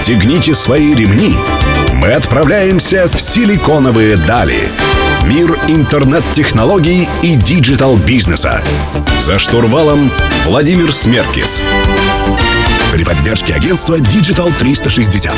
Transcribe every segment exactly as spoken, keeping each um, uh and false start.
Расстегните свои ремни. Мы отправляемся в силиконовые дали. Мир интернет-технологий и диджитал-бизнеса. За штурвалом Владимир Смеркис. При поддержке агентства Digital триста шестьдесят.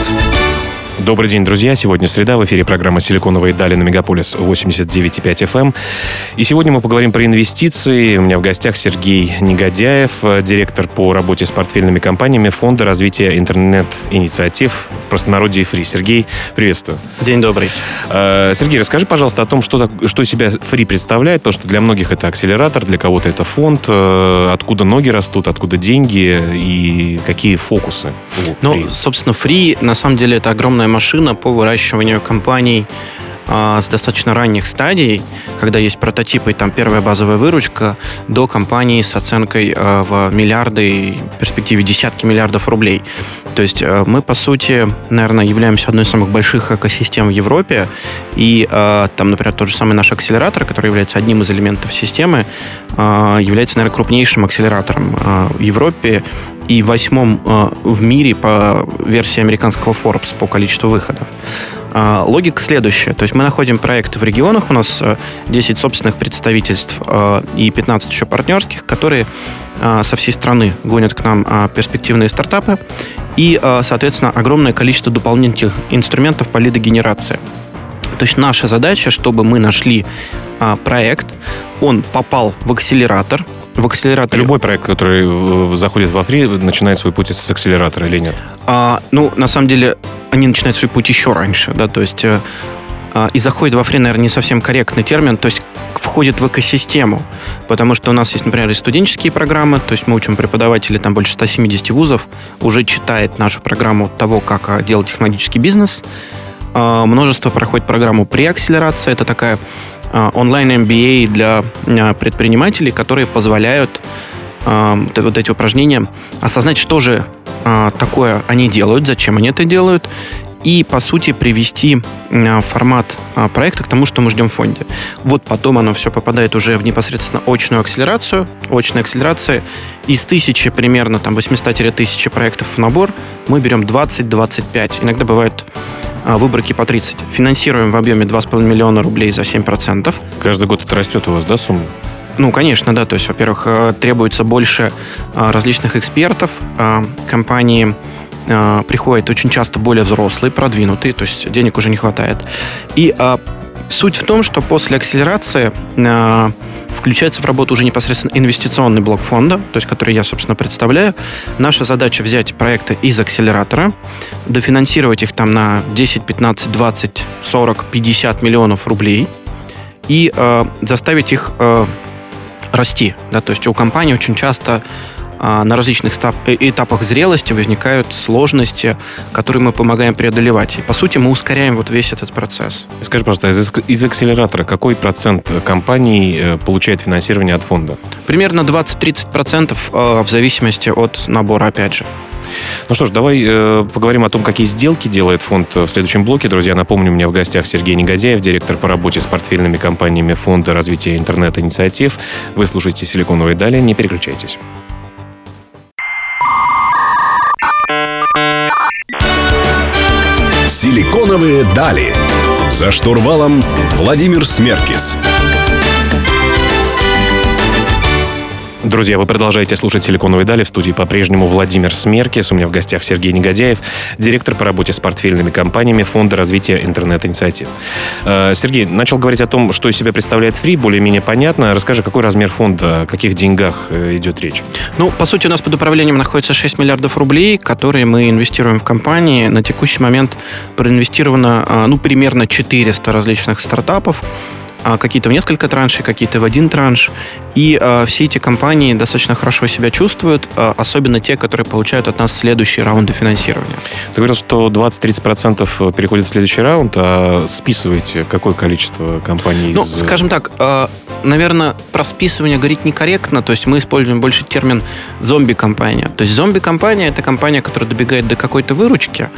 Добрый день, друзья. Сегодня среда. В эфире программа «Силиконовые дали» на Мегаполис восемьдесят девять и пять эф эм. И сегодня мы поговорим про инвестиции. У меня в гостях Сергей Негодяев, директор по работе с портфельными компаниями Фонда развития интернет-инициатив, в простонародье Free. Сергей, приветствую. День добрый. Сергей, расскажи, пожалуйста, о том, что, что из себя Free представляет, потому что для многих это акселератор, для кого-то это фонд. Откуда ноги растут, откуда деньги и какие фокусы у Free? Ну, собственно, Free, на самом деле, это огромная машина по выращиванию компаний а, с достаточно ранних стадий, когда есть прототипы и там первая базовая выручка, до компаний с оценкой а, в миллиарды, в перспективе десятки миллиардов рублей. То есть а, мы, по сути, наверное, являемся одной из самых больших экосистем в Европе, и а, там, например, тот же самый наш акселератор, который является одним из элементов системы, а, является, наверное, крупнейшим акселератором а, в Европе и восьмом э, в мире по версии американского Forbes по количеству выходов. Э, логика следующая. То есть мы находим проекты в регионах, у нас э, десять собственных представительств э, и пятнадцать еще партнерских, которые э, со всей страны гонят к нам э, перспективные стартапы и, э, соответственно, огромное количество дополнительных инструментов по лидогенерации. То есть наша задача, чтобы мы нашли э, проект, он попал в акселератор, в акселераторе. Любой проект, который заходит во Free, начинает свой путь с акселератора или нет? А, ну, на самом деле, они начинают свой путь еще раньше, да, то есть а, и заходит во Free, наверное, не совсем корректный термин, то есть входит в экосистему, потому что у нас есть, например, и студенческие программы, то есть мы учим преподавателей, там больше ста семидесяти вузов, уже читает нашу программу того, как делать технологический бизнес. А, множество проходит программу преакселерация, это такая онлайн-эм би эй для предпринимателей, которые позволяют э, вот эти упражнения осознать, что же э, такое они делают, зачем они это делают, и, по сути, привести э, формат э, проекта к тому, что мы ждем в фонде. Вот потом оно все попадает уже в непосредственно очную акселерацию. Очная акселерация из тысячи, примерно там восемьсот-тысячи проектов в набор мы берем двадцать-двадцать пять. Иногда бывает выборки по тридцать. Финансируем в объеме два с половиной миллиона рублей за семь процентов. Каждый год это растет у вас, да, сумма? Ну, конечно, да. То есть, во-первых, требуется больше различных экспертов. Компании приходят очень часто более взрослые, продвинутые, то есть денег уже не хватает. И суть в том, что после акселерации включается в работу уже непосредственно инвестиционный блок фонда, то есть который я, собственно, представляю. Наша задача взять проекты из акселератора, дофинансировать их там на десять, пятнадцать, двадцать, сорок, пятьдесят миллионов рублей и э, заставить их э, расти. Да? То есть у компании очень часто на различных этапах зрелости возникают сложности, которые мы помогаем преодолевать. И, по сути, мы ускоряем вот весь этот процесс. Скажи, пожалуйста, из, из акселератора какой процент компаний получает финансирование от фонда? Примерно двадцать-тридцать процентов в зависимости от набора, опять же. Ну что ж, давай э, поговорим о том, какие сделки делает фонд в следующем блоке. Друзья, напомню, у меня в гостях Сергей Негодяев, директор по работе с портфельными компаниями Фонда развития интернет-инициатив. Вы слушаете «Силиконовые дали», не переключайтесь. «Силиконовые дали». За штурвалом Владимир Смеркис. Друзья, вы продолжаете слушать «Силиконовые дали». В студии по-прежнему Владимир Смеркис. У меня в гостях Сергей Негодяев, директор по работе с портфельными компаниями Фонда развития интернет-инициатив. Сергей, начал говорить о том, что из себя представляет Free, более-менее понятно. Расскажи, какой размер фонда, о каких деньгах идет речь? Ну, по сути, у нас под управлением находится шесть миллиардов рублей, которые мы инвестируем в компании. На текущий момент проинвестировано, ну, примерно четыреста различных стартапов. Какие-то в несколько траншей, какие-то в один транш. И э, все эти компании достаточно хорошо себя чувствуют, э, особенно те, которые получают от нас следующие раунды финансирования. Ты говорил, что двадцать-тридцать процентов переходит в следующий раунд, а списываете какое количество компаний? Ну, из... скажем так, э, наверное, про списывание говорить некорректно, то есть мы используем больше термин «зомби-компания». То есть зомби-компания – это компания, которая добегает до какой-то выручки,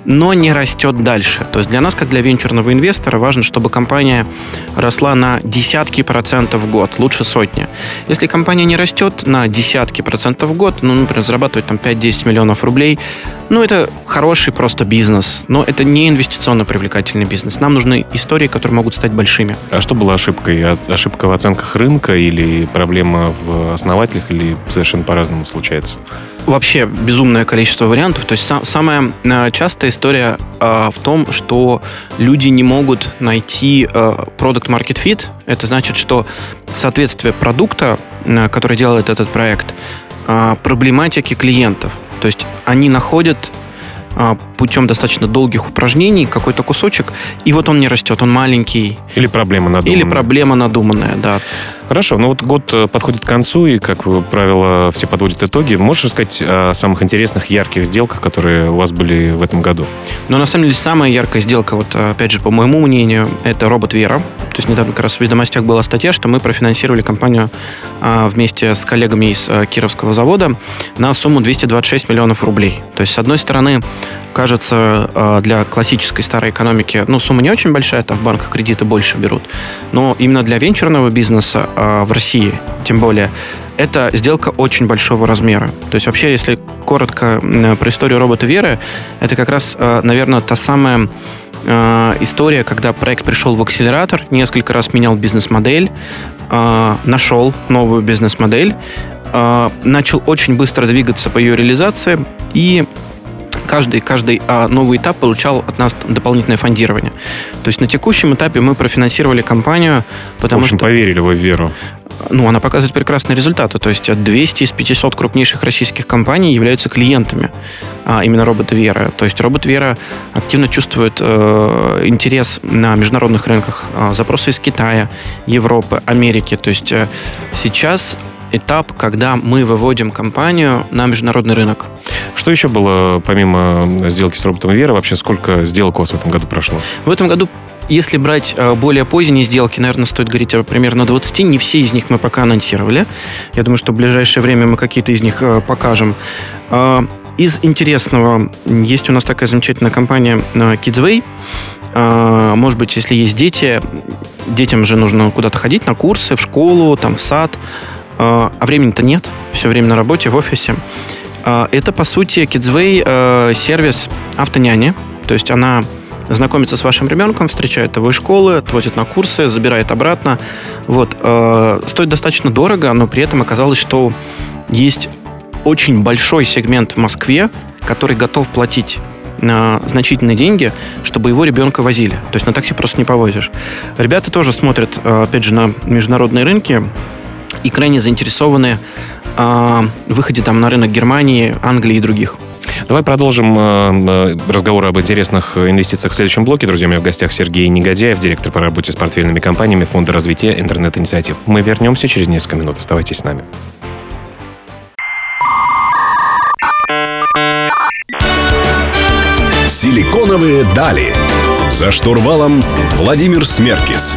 но не растет дальше. То есть для нас, как для венчурного инвестора, важно, чтобы компания росла на десятки процентов в год, лучше сотни. Если компания не растет на десятки процентов в год, ну, например, зарабатывает там пять-десять миллионов рублей, ну, это хороший просто бизнес, но это не инвестиционно привлекательный бизнес. Нам нужны истории, которые могут стать большими. А что было ошибкой? Ошибка в оценках рынка или проблема в основателях, или совершенно по-разному случается? Вообще безумное количество вариантов. То есть сам, самая частая история э, в том, что люди не могут найти э, product market fit. Это значит, что соответствие продукта, э, который делает этот проект, э, проблематике клиентов. То есть они находят э, путем достаточно долгих упражнений какой-то кусочек, и вот он не растет, он маленький. Или проблема надуманная. Или проблема надуманная, да. Хорошо, ну вот год подходит к концу, и, как правило, все подводят итоги. Можешь рассказать о самых интересных, ярких сделках, которые у вас были в этом году? Ну, на самом деле, самая яркая сделка, вот опять же, по моему мнению, это робот Вера. То есть недавно как раз в «Ведомостях» была статья, что мы профинансировали компанию а, вместе с коллегами из а, Кировского завода на сумму двести двадцать шесть миллионов рублей. То есть, с одной стороны, кажется, а, для классической старой экономики, ну, сумма не очень большая, там в банках кредиты больше берут, но именно для венчурного бизнеса а, в России, тем более, это сделка очень большого размера. То есть вообще, если коротко про историю робота Веры, это как раз, наверное, та самая история, когда проект пришел в акселератор, несколько раз менял бизнес-модель, нашел новую бизнес-модель, начал очень быстро двигаться по ее реализации, и каждый, каждый новый этап получал от нас дополнительное фондирование. То есть на текущем этапе мы профинансировали компанию, потому в общем, что... поверили вы в Веру. Ну, она показывает прекрасные результаты. То есть двести из пятисот крупнейших российских компаний являются клиентами а, именно робота Вера. То есть робот Вера активно чувствует э, интерес на международных рынках. Э, запросы из Китая, Европы, Америки. То есть э, сейчас этап, когда мы выводим компанию на международный рынок. Что еще было помимо сделки с роботом Вера? Вообще, сколько сделок у вас в этом году прошло? В этом году, если брать более поздние сделки, наверное, стоит говорить о примерно двадцати. Не все из них мы пока анонсировали. Я думаю, что в ближайшее время мы какие-то из них покажем. Из интересного, есть у нас такая замечательная компания Kidsway. Может быть, если есть дети, детям же нужно куда-то ходить, на курсы, в школу, там, в сад. А времени-то нет. Все время на работе, в офисе. Это, по сути, Kidsway сервис автоняни. То есть она знакомится с вашим ребенком, встречает его из школы, отвозит на курсы, забирает обратно. Вот. Стоит достаточно дорого, но при этом оказалось, что есть очень большой сегмент в Москве, который готов платить на значительные деньги, чтобы его ребенка возили. То есть на такси просто не повозишь. Ребята тоже смотрят, опять же, на международные рынки и крайне заинтересованы в выходе там на рынок Германии, Англии и других. Давай продолжим э, разговор об интересных инвестициях в следующем блоке. Друзья, у меня в гостях Сергей Негодяев, директор по работе с портфельными компаниями Фонда развития интернет-инициатив. Мы вернемся через несколько минут. Оставайтесь с нами. Силиконовые дали. За штурвалом Владимир Смеркис.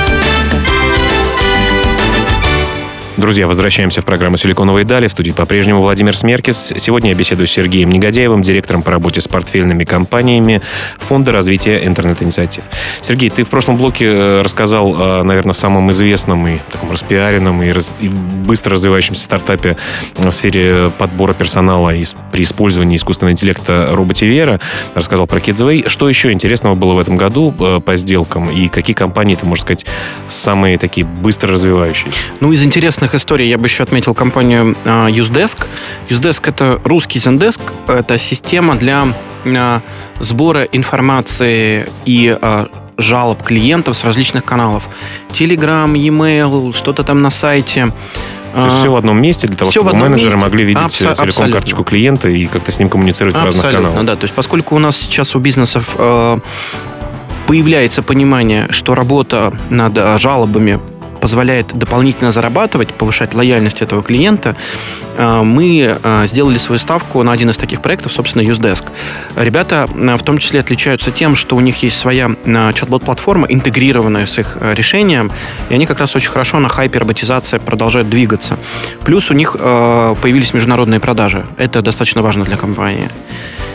Друзья, возвращаемся в программу «Силиконовые дали». В студии по-прежнему Владимир Смеркис. Сегодня я беседую с Сергеем Негодяевым, директором по работе с портфельными компаниями Фонда развития интернет-инициатив. Сергей, ты в прошлом блоке рассказал о, наверное, самом известном и таком распиаренном и, раз, и быстро развивающемся стартапе в сфере подбора персонала и при использовании искусственного интеллекта роботе Вера. Рассказал про Kidsway. Что еще интересного было в этом году по сделкам? И какие компании, ты можешь сказать, самые такие быстро развивающиеся? Ну, из интересных историй я бы еще отметил компанию uh, Usedesk. Usedesk — это русский Zendesk. Это система для uh, сбора информации и uh, жалоб клиентов с различных каналов. Telegram, e-mail, что-то там на сайте. То есть все в одном месте, для того, все чтобы менеджеры месте. могли видеть Абсо- целиком абсолютно. карточку клиента и как-то с ним коммуницировать Абсолютно, в разных каналах. Да. То есть поскольку у нас сейчас у бизнесов э, появляется понимание, что работа над э, жалобами позволяет дополнительно зарабатывать, повышать лояльность этого клиента, мы сделали свою ставку на один из таких проектов, собственно, Usedesk. Ребята в том числе отличаются тем, что у них есть своя чат-бот-платформа, интегрированная с их решением, и они как раз очень хорошо на хайпе роботизации продолжают двигаться. Плюс у них появились международные продажи. Это достаточно важно для компании.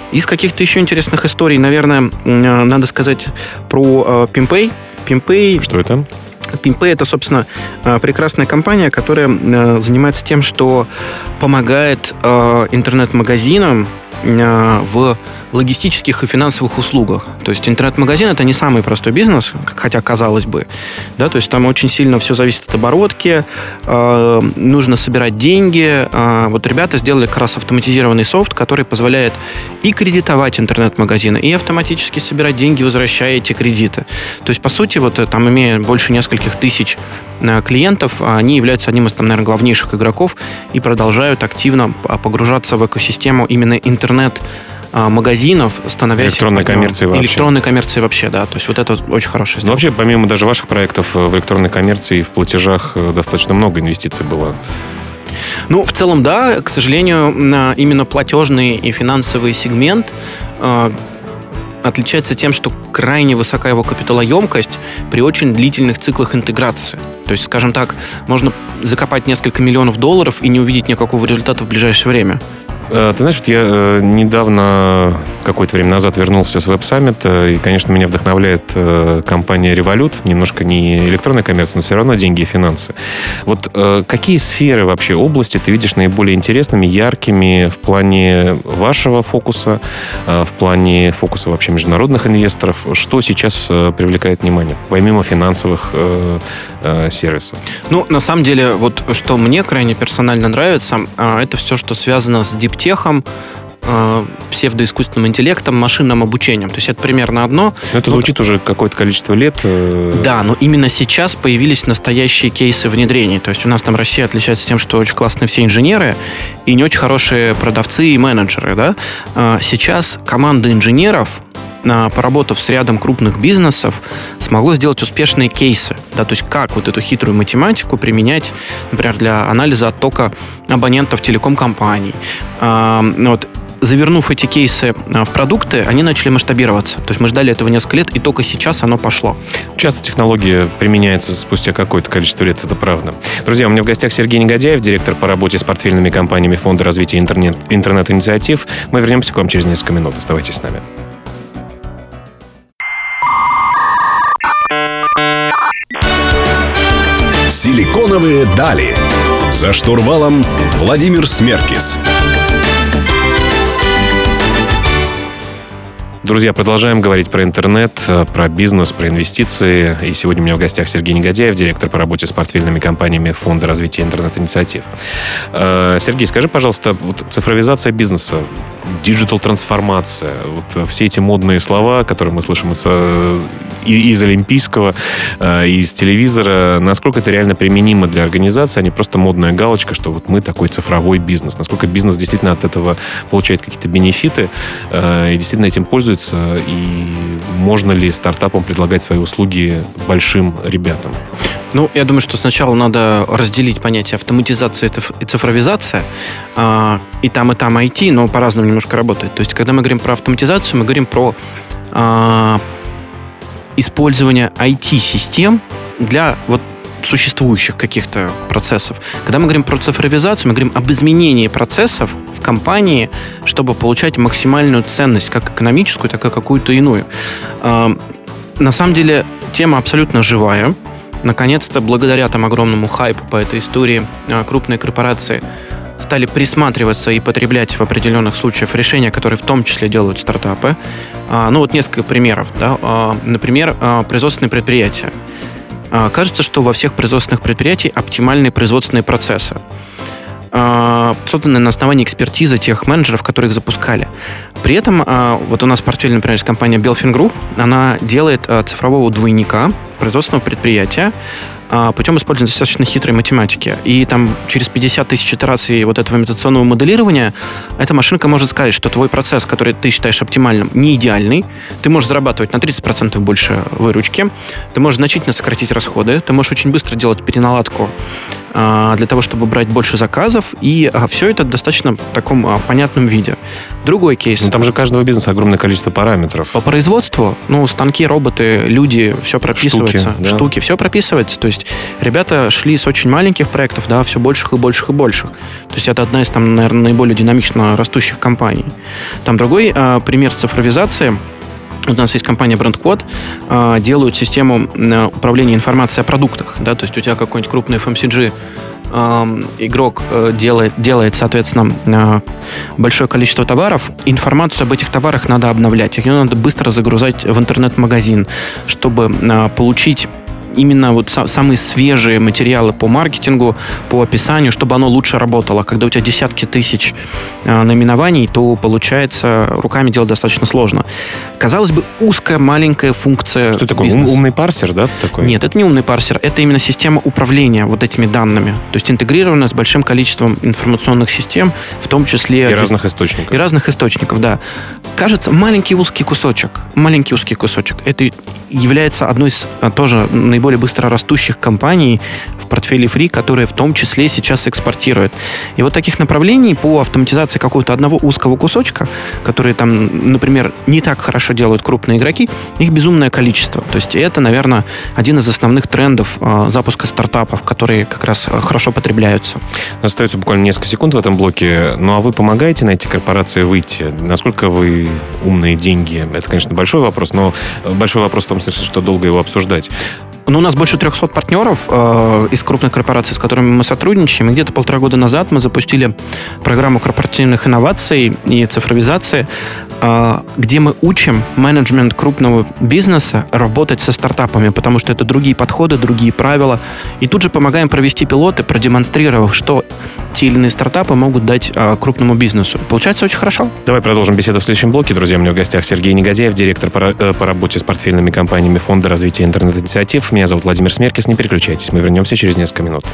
Из каких-то еще интересных историй, наверное, надо сказать про PimPay. PimPay. Что это? PimPay — это, собственно, прекрасная компания, которая занимается тем, что помогает интернет-магазинам в логистических и финансовых услугах. То есть интернет-магазин — это не самый простой бизнес, хотя казалось бы. Да, то есть там очень сильно все зависит от оборотки, э, нужно собирать деньги. Э, вот ребята сделали как раз автоматизированный софт, который позволяет и кредитовать интернет-магазины, и автоматически собирать деньги, возвращая эти кредиты. То есть, по сути, вот там, имея больше нескольких тысяч клиентов, они являются одним из, там, наверное, главнейших игроков и продолжают активно погружаться в экосистему именно интернет магазинов, становясь... Электронной коммерции вообще. Электронной коммерции вообще, да. То есть вот это очень хорошая история. Ну, вообще, помимо даже ваших проектов, в электронной коммерции в платежах достаточно много инвестиций было. Ну, в целом, да. К сожалению, именно платежный и финансовый сегмент отличается тем, что крайне высока его капиталоемкость при очень длительных циклах интеграции. То есть, скажем так, можно закопать несколько миллионов долларов и не увидеть никакого результата в ближайшее время. Ты знаешь, вот я недавно, какое-то время назад, вернулся с веб-саммита, и, конечно, меня вдохновляет компания Revolut. Немножко не электронная коммерция, но все равно деньги и финансы. Вот какие сферы вообще, области ты видишь наиболее интересными, яркими в плане вашего фокуса, в плане фокуса вообще международных инвесторов? Что сейчас привлекает внимание, помимо финансовых сервисов? Ну, на самом деле, вот что мне крайне персонально нравится, это все, что связано с дип техом, псевдоискусственным интеллектом, машинным обучением. То есть это примерно одно. Но это звучит но... уже какое-то количество лет. Да, но именно сейчас появились настоящие кейсы внедрений. То есть у нас там Россия отличается тем, что очень классные все инженеры и не очень хорошие продавцы и менеджеры. Да? Сейчас команда инженеров, поработав с рядом крупных бизнесов, смогло сделать успешные кейсы. Да, то есть как вот эту хитрую математику применять, например, для анализа оттока абонентов телеком-компаний. А, вот, завернув эти кейсы в продукты, они начали масштабироваться. То есть мы ждали этого несколько лет, и только сейчас оно пошло. Часто технология применяется спустя какое-то количество лет, это правда. Друзья, у меня в гостях Сергей Негодяев, директор по работе с портфельными компаниями Фонда развития интернет, интернет-инициатив. Мы вернемся к вам через несколько минут. Оставайтесь с нами. Силиконовые дали. За штурвалом Владимир Смеркис. Друзья, продолжаем говорить про интернет, про бизнес, про инвестиции. И сегодня у меня в гостях Сергей Негодяев, директор по работе с портфельными компаниями Фонда развития интернет-инициатив. Сергей, скажи, пожалуйста, вот цифровизация бизнеса, диджитал-трансформация, вот все эти модные слова, которые мы слышим из, из Олимпийского, из телевизора, насколько это реально применимо для организации, а не просто модная галочка, что вот мы такой цифровой бизнес. Насколько бизнес действительно от этого получает какие-то бенефиты и действительно этим пользуется, и можно ли стартапам предлагать свои услуги большим ребятам? Ну, я думаю, что сначала надо разделить понятие автоматизация и цифровизация. И там, и там ай ти, но по-разному немножко работает. То есть, когда мы говорим про автоматизацию, мы говорим про а, использование ай ти-систем для вот существующих каких-то процессов. Когда мы говорим про цифровизацию, мы говорим об изменении процессов в компании, чтобы получать максимальную ценность, как экономическую, так и какую-то иную. А, на самом деле, тема абсолютно живая. Наконец-то, благодаря там огромному хайпу по этой истории, крупные корпорации стали присматриваться и потреблять в определенных случаях решения, которые в том числе делают стартапы. Ну вот несколько примеров. Да? Например, производственные предприятия. Кажется, что во всех производственных предприятиях оптимальные производственные процессы, созданы на основании экспертизы тех менеджеров, которые их запускали. При этом вот у нас в портфеле, например, есть компания Belfin Group, она делает цифрового двойника производственного предприятия путем использования достаточно хитрой математики. И там через пятьдесят тысяч итераций вот этого имитационного моделирования эта машинка может сказать, что твой процесс, который ты считаешь оптимальным, не идеальный. Ты можешь зарабатывать на тридцать процентов больше выручки, ты можешь значительно сократить расходы, ты можешь очень быстро делать переналадку для того, чтобы брать больше заказов, и все это в достаточно таком понятном виде. Другой кейс. Но там же каждого бизнеса огромное количество параметров. По производству, ну, станки, роботы, люди, все прописывают. прописывается. Штуки, да. Штуки, все прописывается. То есть ребята шли с очень маленьких проектов, да, все больших и больших и больших. То есть это одна из, там, наверное, наиболее динамично растущих компаний. Там другой э, пример цифровизации. У нас есть компания BrandQuad, э, делают систему э, управления информацией о продуктах. Да, то есть у тебя какой-нибудь крупный эф эм си джи э, игрок э, делает, делает, соответственно, э, большое количество товаров. Информацию об этих товарах надо обновлять. Ее надо быстро загружать в интернет-магазин, чтобы э, получить именно вот самые свежие материалы по маркетингу, по описанию, чтобы оно лучше работало. Когда у тебя десятки тысяч э, наименований, то получается руками делать достаточно сложно. Казалось бы, узкая маленькая функция. Что такое? бизнеса. Умный парсер, да? Такой? Нет, это не умный парсер, это именно система управления вот этими данными. То есть интегрирована с большим количеством информационных систем, в том числе... И разных источников. И разных источников, да. Кажется, маленький узкий кусочек. Маленький узкий кусочек. Это является одной из тоже наиболее быстро растущих компаний в портфеле Free, которые в том числе сейчас экспортируют. И вот таких направлений по автоматизации какого-то одного узкого кусочка, которые там, например, не так хорошо делают крупные игроки, их безумное количество. То есть это, наверное, один из основных трендов э, запуска стартапов, которые как раз хорошо потребляются. Остается буквально несколько секунд в этом блоке. Ну а вы помогаете на эти корпорации выйти? Насколько вы умные деньги? Это, конечно, большой вопрос, но большой вопрос в том смысле, что долго его обсуждать. Ну, у нас больше трехсот партнеров э, из крупных корпораций, с которыми мы сотрудничаем. И где-то полтора года назад мы запустили программу корпоративных инноваций и цифровизации, э, где мы учим менеджмент крупного бизнеса работать со стартапами, потому что это другие подходы, другие правила. И тут же помогаем провести пилоты, продемонстрировав, что те или иные стартапы могут дать э, крупному бизнесу. Получается очень хорошо. Давай продолжим беседу в следующем блоке. Друзья, у меня в гостях Сергей Негодяев, директор по, э, по работе с портфельными компаниями Фонда развития интернет-инициатив. Меня зовут Владимир Смеркис. Не переключайтесь, мы вернемся через несколько минут.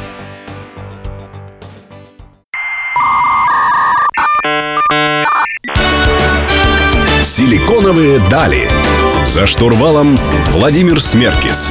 Силиконовые дали. За штурвалом Владимир Смеркис.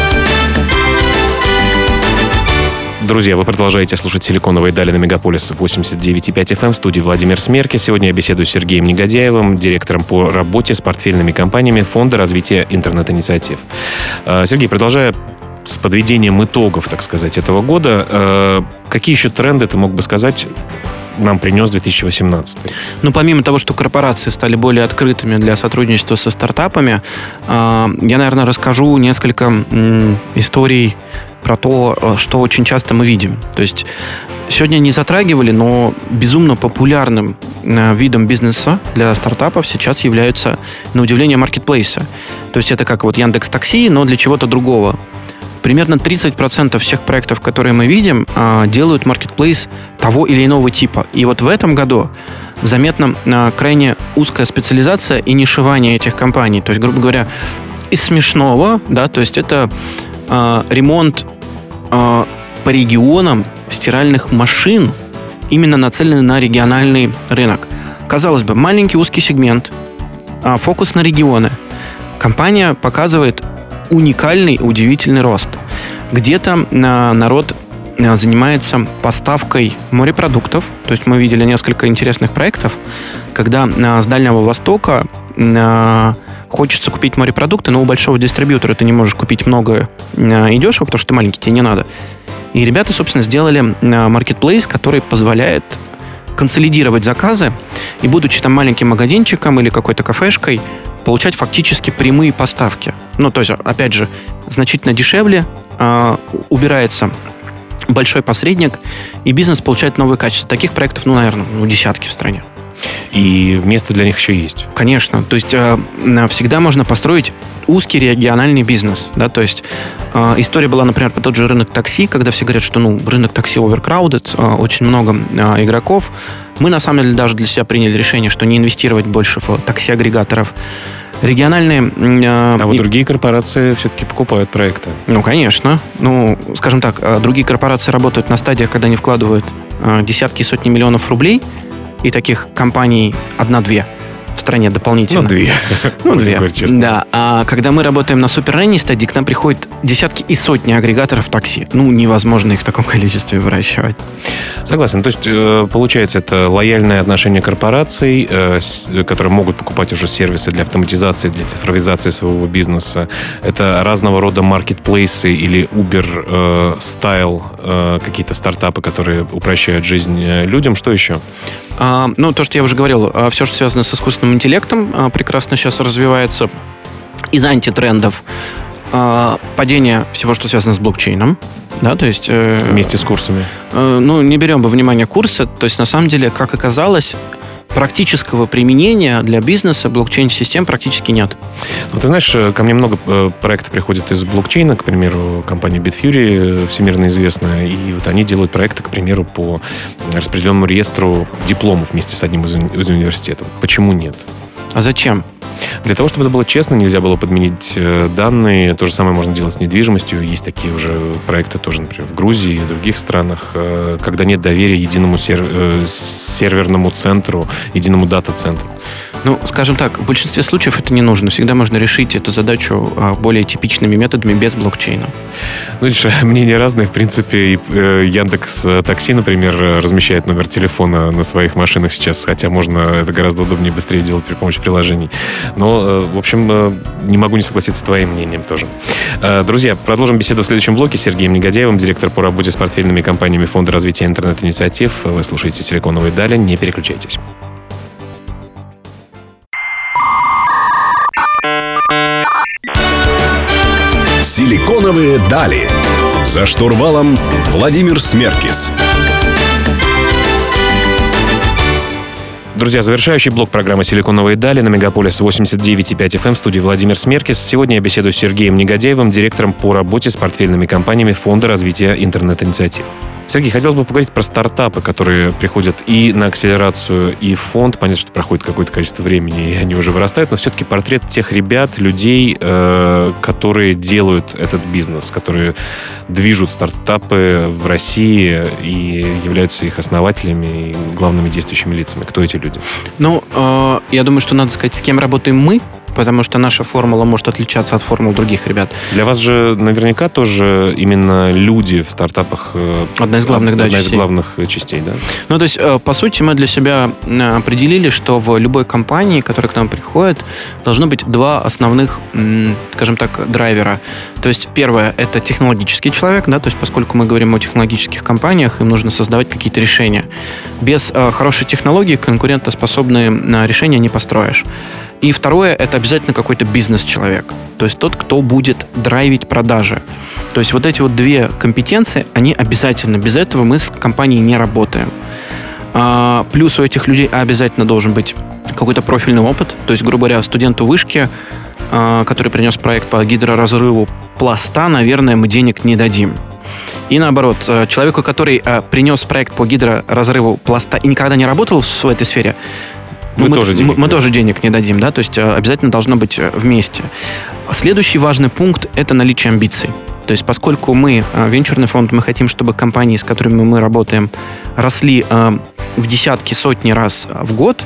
Друзья, вы продолжаете слушать «Силиконовые дали» на Мегаполис восемьдесят девять и пять эф эм в студии Владимир Смеркис. Сегодня я беседую с Сергеем Негодяевым, директором по работе с портфельными компаниями Фонда развития интернет-инициатив. Сергей, продолжая с подведением итогов, так сказать, этого года, какие еще тренды ты мог бы сказать, нам принес две тысячи восемнадцатый? Ну, помимо того, что корпорации стали более открытыми для сотрудничества со стартапами, я, наверное, расскажу несколько историй про то, что очень часто мы видим. То есть сегодня не затрагивали, но безумно популярным видом бизнеса для стартапов сейчас являются, на удивление, маркетплейсы. То есть это как вот Яндекс.Такси, но для чего-то другого. Примерно тридцать процентов всех проектов, которые мы видим, делают маркетплейс того или иного типа. И вот в этом году заметна крайне узкая специализация и нишевание этих компаний. То есть, грубо говоря, из смешного, да, то есть это э, ремонт э, по регионам стиральных машин, именно нацеленный на региональный рынок. Казалось бы, маленький узкий сегмент, э, фокус на регионы. Компания показывает уникальный, удивительный рост. Где-то э, народ э, занимается поставкой морепродуктов. То есть мы видели несколько интересных проектов, когда э, с Дальнего Востока э, хочется купить морепродукты, но у большого дистрибьютора ты не можешь купить много э, и дешево, потому что ты маленький, тебе не надо. И ребята, собственно, сделали э, маркетплейс, который позволяет консолидировать заказы и, будучи там маленьким магазинчиком или какой-то кафешкой, получать фактически прямые поставки. Ну, то есть, опять же, значительно дешевле, э, убирается большой посредник, и бизнес получает новые качества. Таких проектов, ну, наверное, ну, десятки в стране. И место для них еще есть. Конечно. То есть э, всегда можно построить узкий региональный бизнес. Да? То есть э, история была, например, по тот же рынок такси, когда все говорят, что ну, рынок такси overcrowded, э, очень много э, игроков. Мы, на самом деле, даже для себя приняли решение, что не инвестировать больше в такси-агрегаторов. Региональные... Э, а вот другие корпорации все-таки покупают проекты. Ну, конечно. Ну, скажем так, э, другие корпорации работают на стадиях, когда они вкладывают э, десятки и сотни миллионов рублей, и таких компаний одна-две. стране дополнительно. Ну, две. Ну, две. Да. А когда мы работаем на супер ранней стадии, к нам приходят десятки и сотни агрегаторов такси. Ну, невозможно их в таком количестве выращивать. Согласен. То есть, получается, это лояльное отношение корпораций, которые могут покупать уже сервисы для автоматизации, для цифровизации своего бизнеса. Это разного рода маркетплейсы или Uber-стайл какие-то стартапы, которые упрощают жизнь людям. Что еще? А, ну, то, что я уже говорил, все, что связано с искусственным интеллектом, прекрасно сейчас развивается. Из антитрендов падение всего, что связано с блокчейном. Да, то есть, э, вместе с курсами. Э, ну, не берем во внимание курсы. То есть, на самом деле, как оказалось, практического применения для бизнеса блокчейн-систем практически нет. Ну, ты знаешь, ко мне много проектов приходит из блокчейна, к примеру, компания Bitfury, всемирно известная, и вот они делают проекты, к примеру, по распределенному реестру дипломов вместе с одним из, уни- из университетов. Почему нет? А зачем? Для того, чтобы это было честно, нельзя было подменить данные. То же самое можно делать с недвижимостью. Есть такие уже проекты тоже, например, в Грузии и в других странах, когда нет доверия единому сер- серверному центру, единому дата-центру. Ну, скажем так, в большинстве случаев это не нужно. Всегда можно решить эту задачу более типичными методами без блокчейна. Ну, видишь, мнения разные. В принципе, Яндекс.Такси, например, размещает номер телефона на своих машинах сейчас, хотя можно это гораздо удобнее и быстрее делать при помощи приложений. Но, в общем, не могу не согласиться с твоим мнением тоже. Друзья, продолжим беседу в следующем блоке с Сергеем Негодяевым, директор по работе с портфельными компаниями Фонда развития интернет-инициатив. Вы слушаете «Силиконовые дали». Не переключайтесь. «Силиконовые дали». За штурвалом Владимир Смеркис. Друзья, завершающий блок программы «Силиконовые дали» на Мегаполис восемьдесят девять и пять эф эм в студии Владимир Смеркис. Сегодня я беседую с Сергеем Негодяевым, директором по работе с портфельными компаниями Фонда развития интернет-инициатив. Сергей, хотелось бы поговорить про стартапы, которые приходят и на акселерацию, и в фонд. Понятно, что проходит какое-то количество времени, и они уже вырастают, но все-таки портрет тех ребят, людей, э, которые делают этот бизнес, которые движут стартапы в России и являются их основателями и главными действующими лицами. Кто эти люди? Ну, э, я думаю, что надо сказать, с кем работаем мы, потому что наша формула может отличаться от формул других ребят. Для вас же наверняка тоже именно люди в стартапах одна из главных, одна да, из частей. главных частей, да? Ну, то есть, по сути, мы для себя определили, что в любой компании, которая к нам приходит, должно быть два основных, скажем так, драйвера. То есть, первое — это технологический человек, да, то есть, поскольку мы говорим о технологических компаниях, им нужно создавать какие-то решения. Без хорошей технологии конкурентоспособные решения не построишь. И второе — это обязательно какой-то бизнес-человек. То есть тот, кто будет драйвить продажи. То есть вот эти вот две компетенции, они обязательно. Без этого мы с компанией не работаем. А, плюс у этих людей обязательно должен быть какой-то профильный опыт. То есть, грубо говоря, студенту вышки, а, который принес проект по гидроразрыву пласта, наверное, мы денег не дадим. И наоборот, человеку, который а, принес проект по гидроразрыву пласта и никогда не работал в этой сфере, Мы, мы, тоже, денег мы, мы тоже денег не дадим, да, то есть обязательно должно быть вместе. Следующий важный пункт – это наличие амбиций. То есть поскольку мы венчурный фонд, мы хотим, чтобы компании, с которыми мы работаем, росли в десятки, сотни раз в год,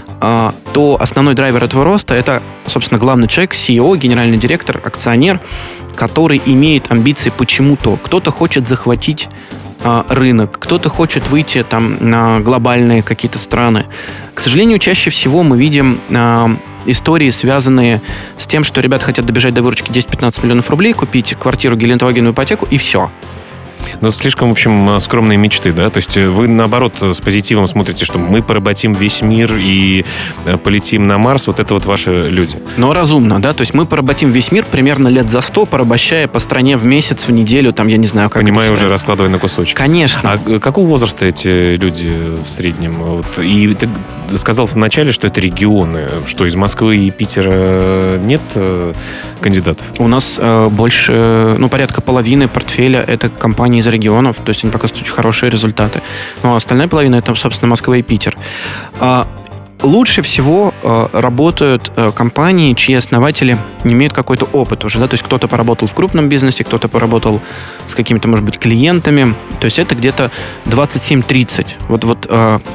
то основной драйвер этого роста – это, собственно, главный человек, си и о, генеральный директор, акционер, который имеет амбиции почему-то. Кто-то хочет захватить рынок, кто-то хочет выйти там на глобальные какие-то страны. К сожалению, чаще всего мы видим э, истории, связанные с тем, что ребята хотят добежать до выручки десять-пятнадцать миллионов рублей, купить квартиру, Гелендвагеновую ипотеку, и все. Ну, слишком, в общем, скромные мечты, да? То есть вы, наоборот, с позитивом смотрите, что мы поработим весь мир и полетим на Марс. Вот это вот ваши люди. Но разумно, да? То есть мы поработим весь мир примерно лет за сто, порабощая по стране в месяц, в неделю, там, я не знаю, как. Понимаю, уже раскладывая на кусочки. Конечно. А какого возраста эти люди в среднем? Вот. И ты сказал вначале, что это регионы. Что, из Москвы и Питера нет кандидатов? У нас э, больше, ну, порядка половины портфеля — это компании из регионов, то есть они показывают очень хорошие результаты. Ну, а остальная половина — это, собственно, Москва и Питер. А лучше всего а, работают а, компании, чьи основатели имеют какой-то опыт уже, да, то есть кто-то поработал в крупном бизнесе, кто-то поработал с какими-то, может быть, клиентами, то есть это где-то двадцать семь тридцать. Вот, вот а,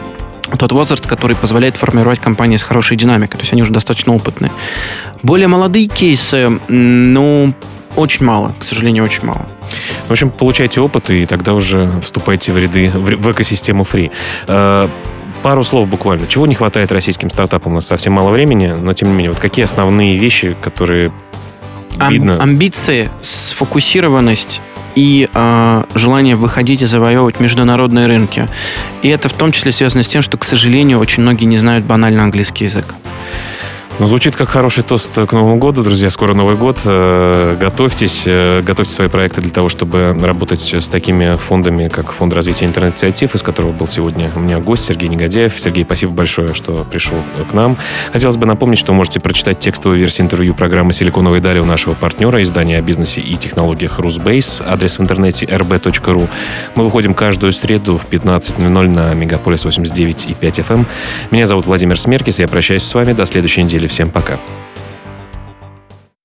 тот возраст, который позволяет формировать компании с хорошей динамикой. То есть они уже достаточно опытные. Более молодые кейсы, ну, очень мало, к сожалению, очень мало. В общем, получайте опыт, и тогда уже вступайте в ряды, в, в экосистему Free. Пару слов буквально. Чего не хватает российским стартапам? У нас совсем мало времени, но тем не менее, вот какие основные вещи, которые Ам- видно? Амбиции, сфокусированность и э, желание выходить и завоевывать международные рынки. И это в том числе связано с тем, что, к сожалению, очень многие не знают банально английский язык. Ну, звучит как хороший тост к Новому году, друзья. Скоро Новый год. Готовьтесь, готовьте свои проекты для того, чтобы работать с такими фондами, как Фонд развития интернет-инициатив, из которого был сегодня у меня гость Сергей Негодяев. Сергей, спасибо большое, что пришел к нам. Хотелось бы напомнить, что можете прочитать текстовую версию интервью программы «Силиконовые дали» у нашего партнера, издания о бизнесе и технологиях Rusbase. Адрес в интернете эр би точка ру. Мы выходим каждую среду в пятнадцать ноль ноль на Мегаполис восемьдесят девять и пять эф эм. Меня зовут Владимир Смеркис. Я прощаюсь с вами до следующей недели. Всем пока.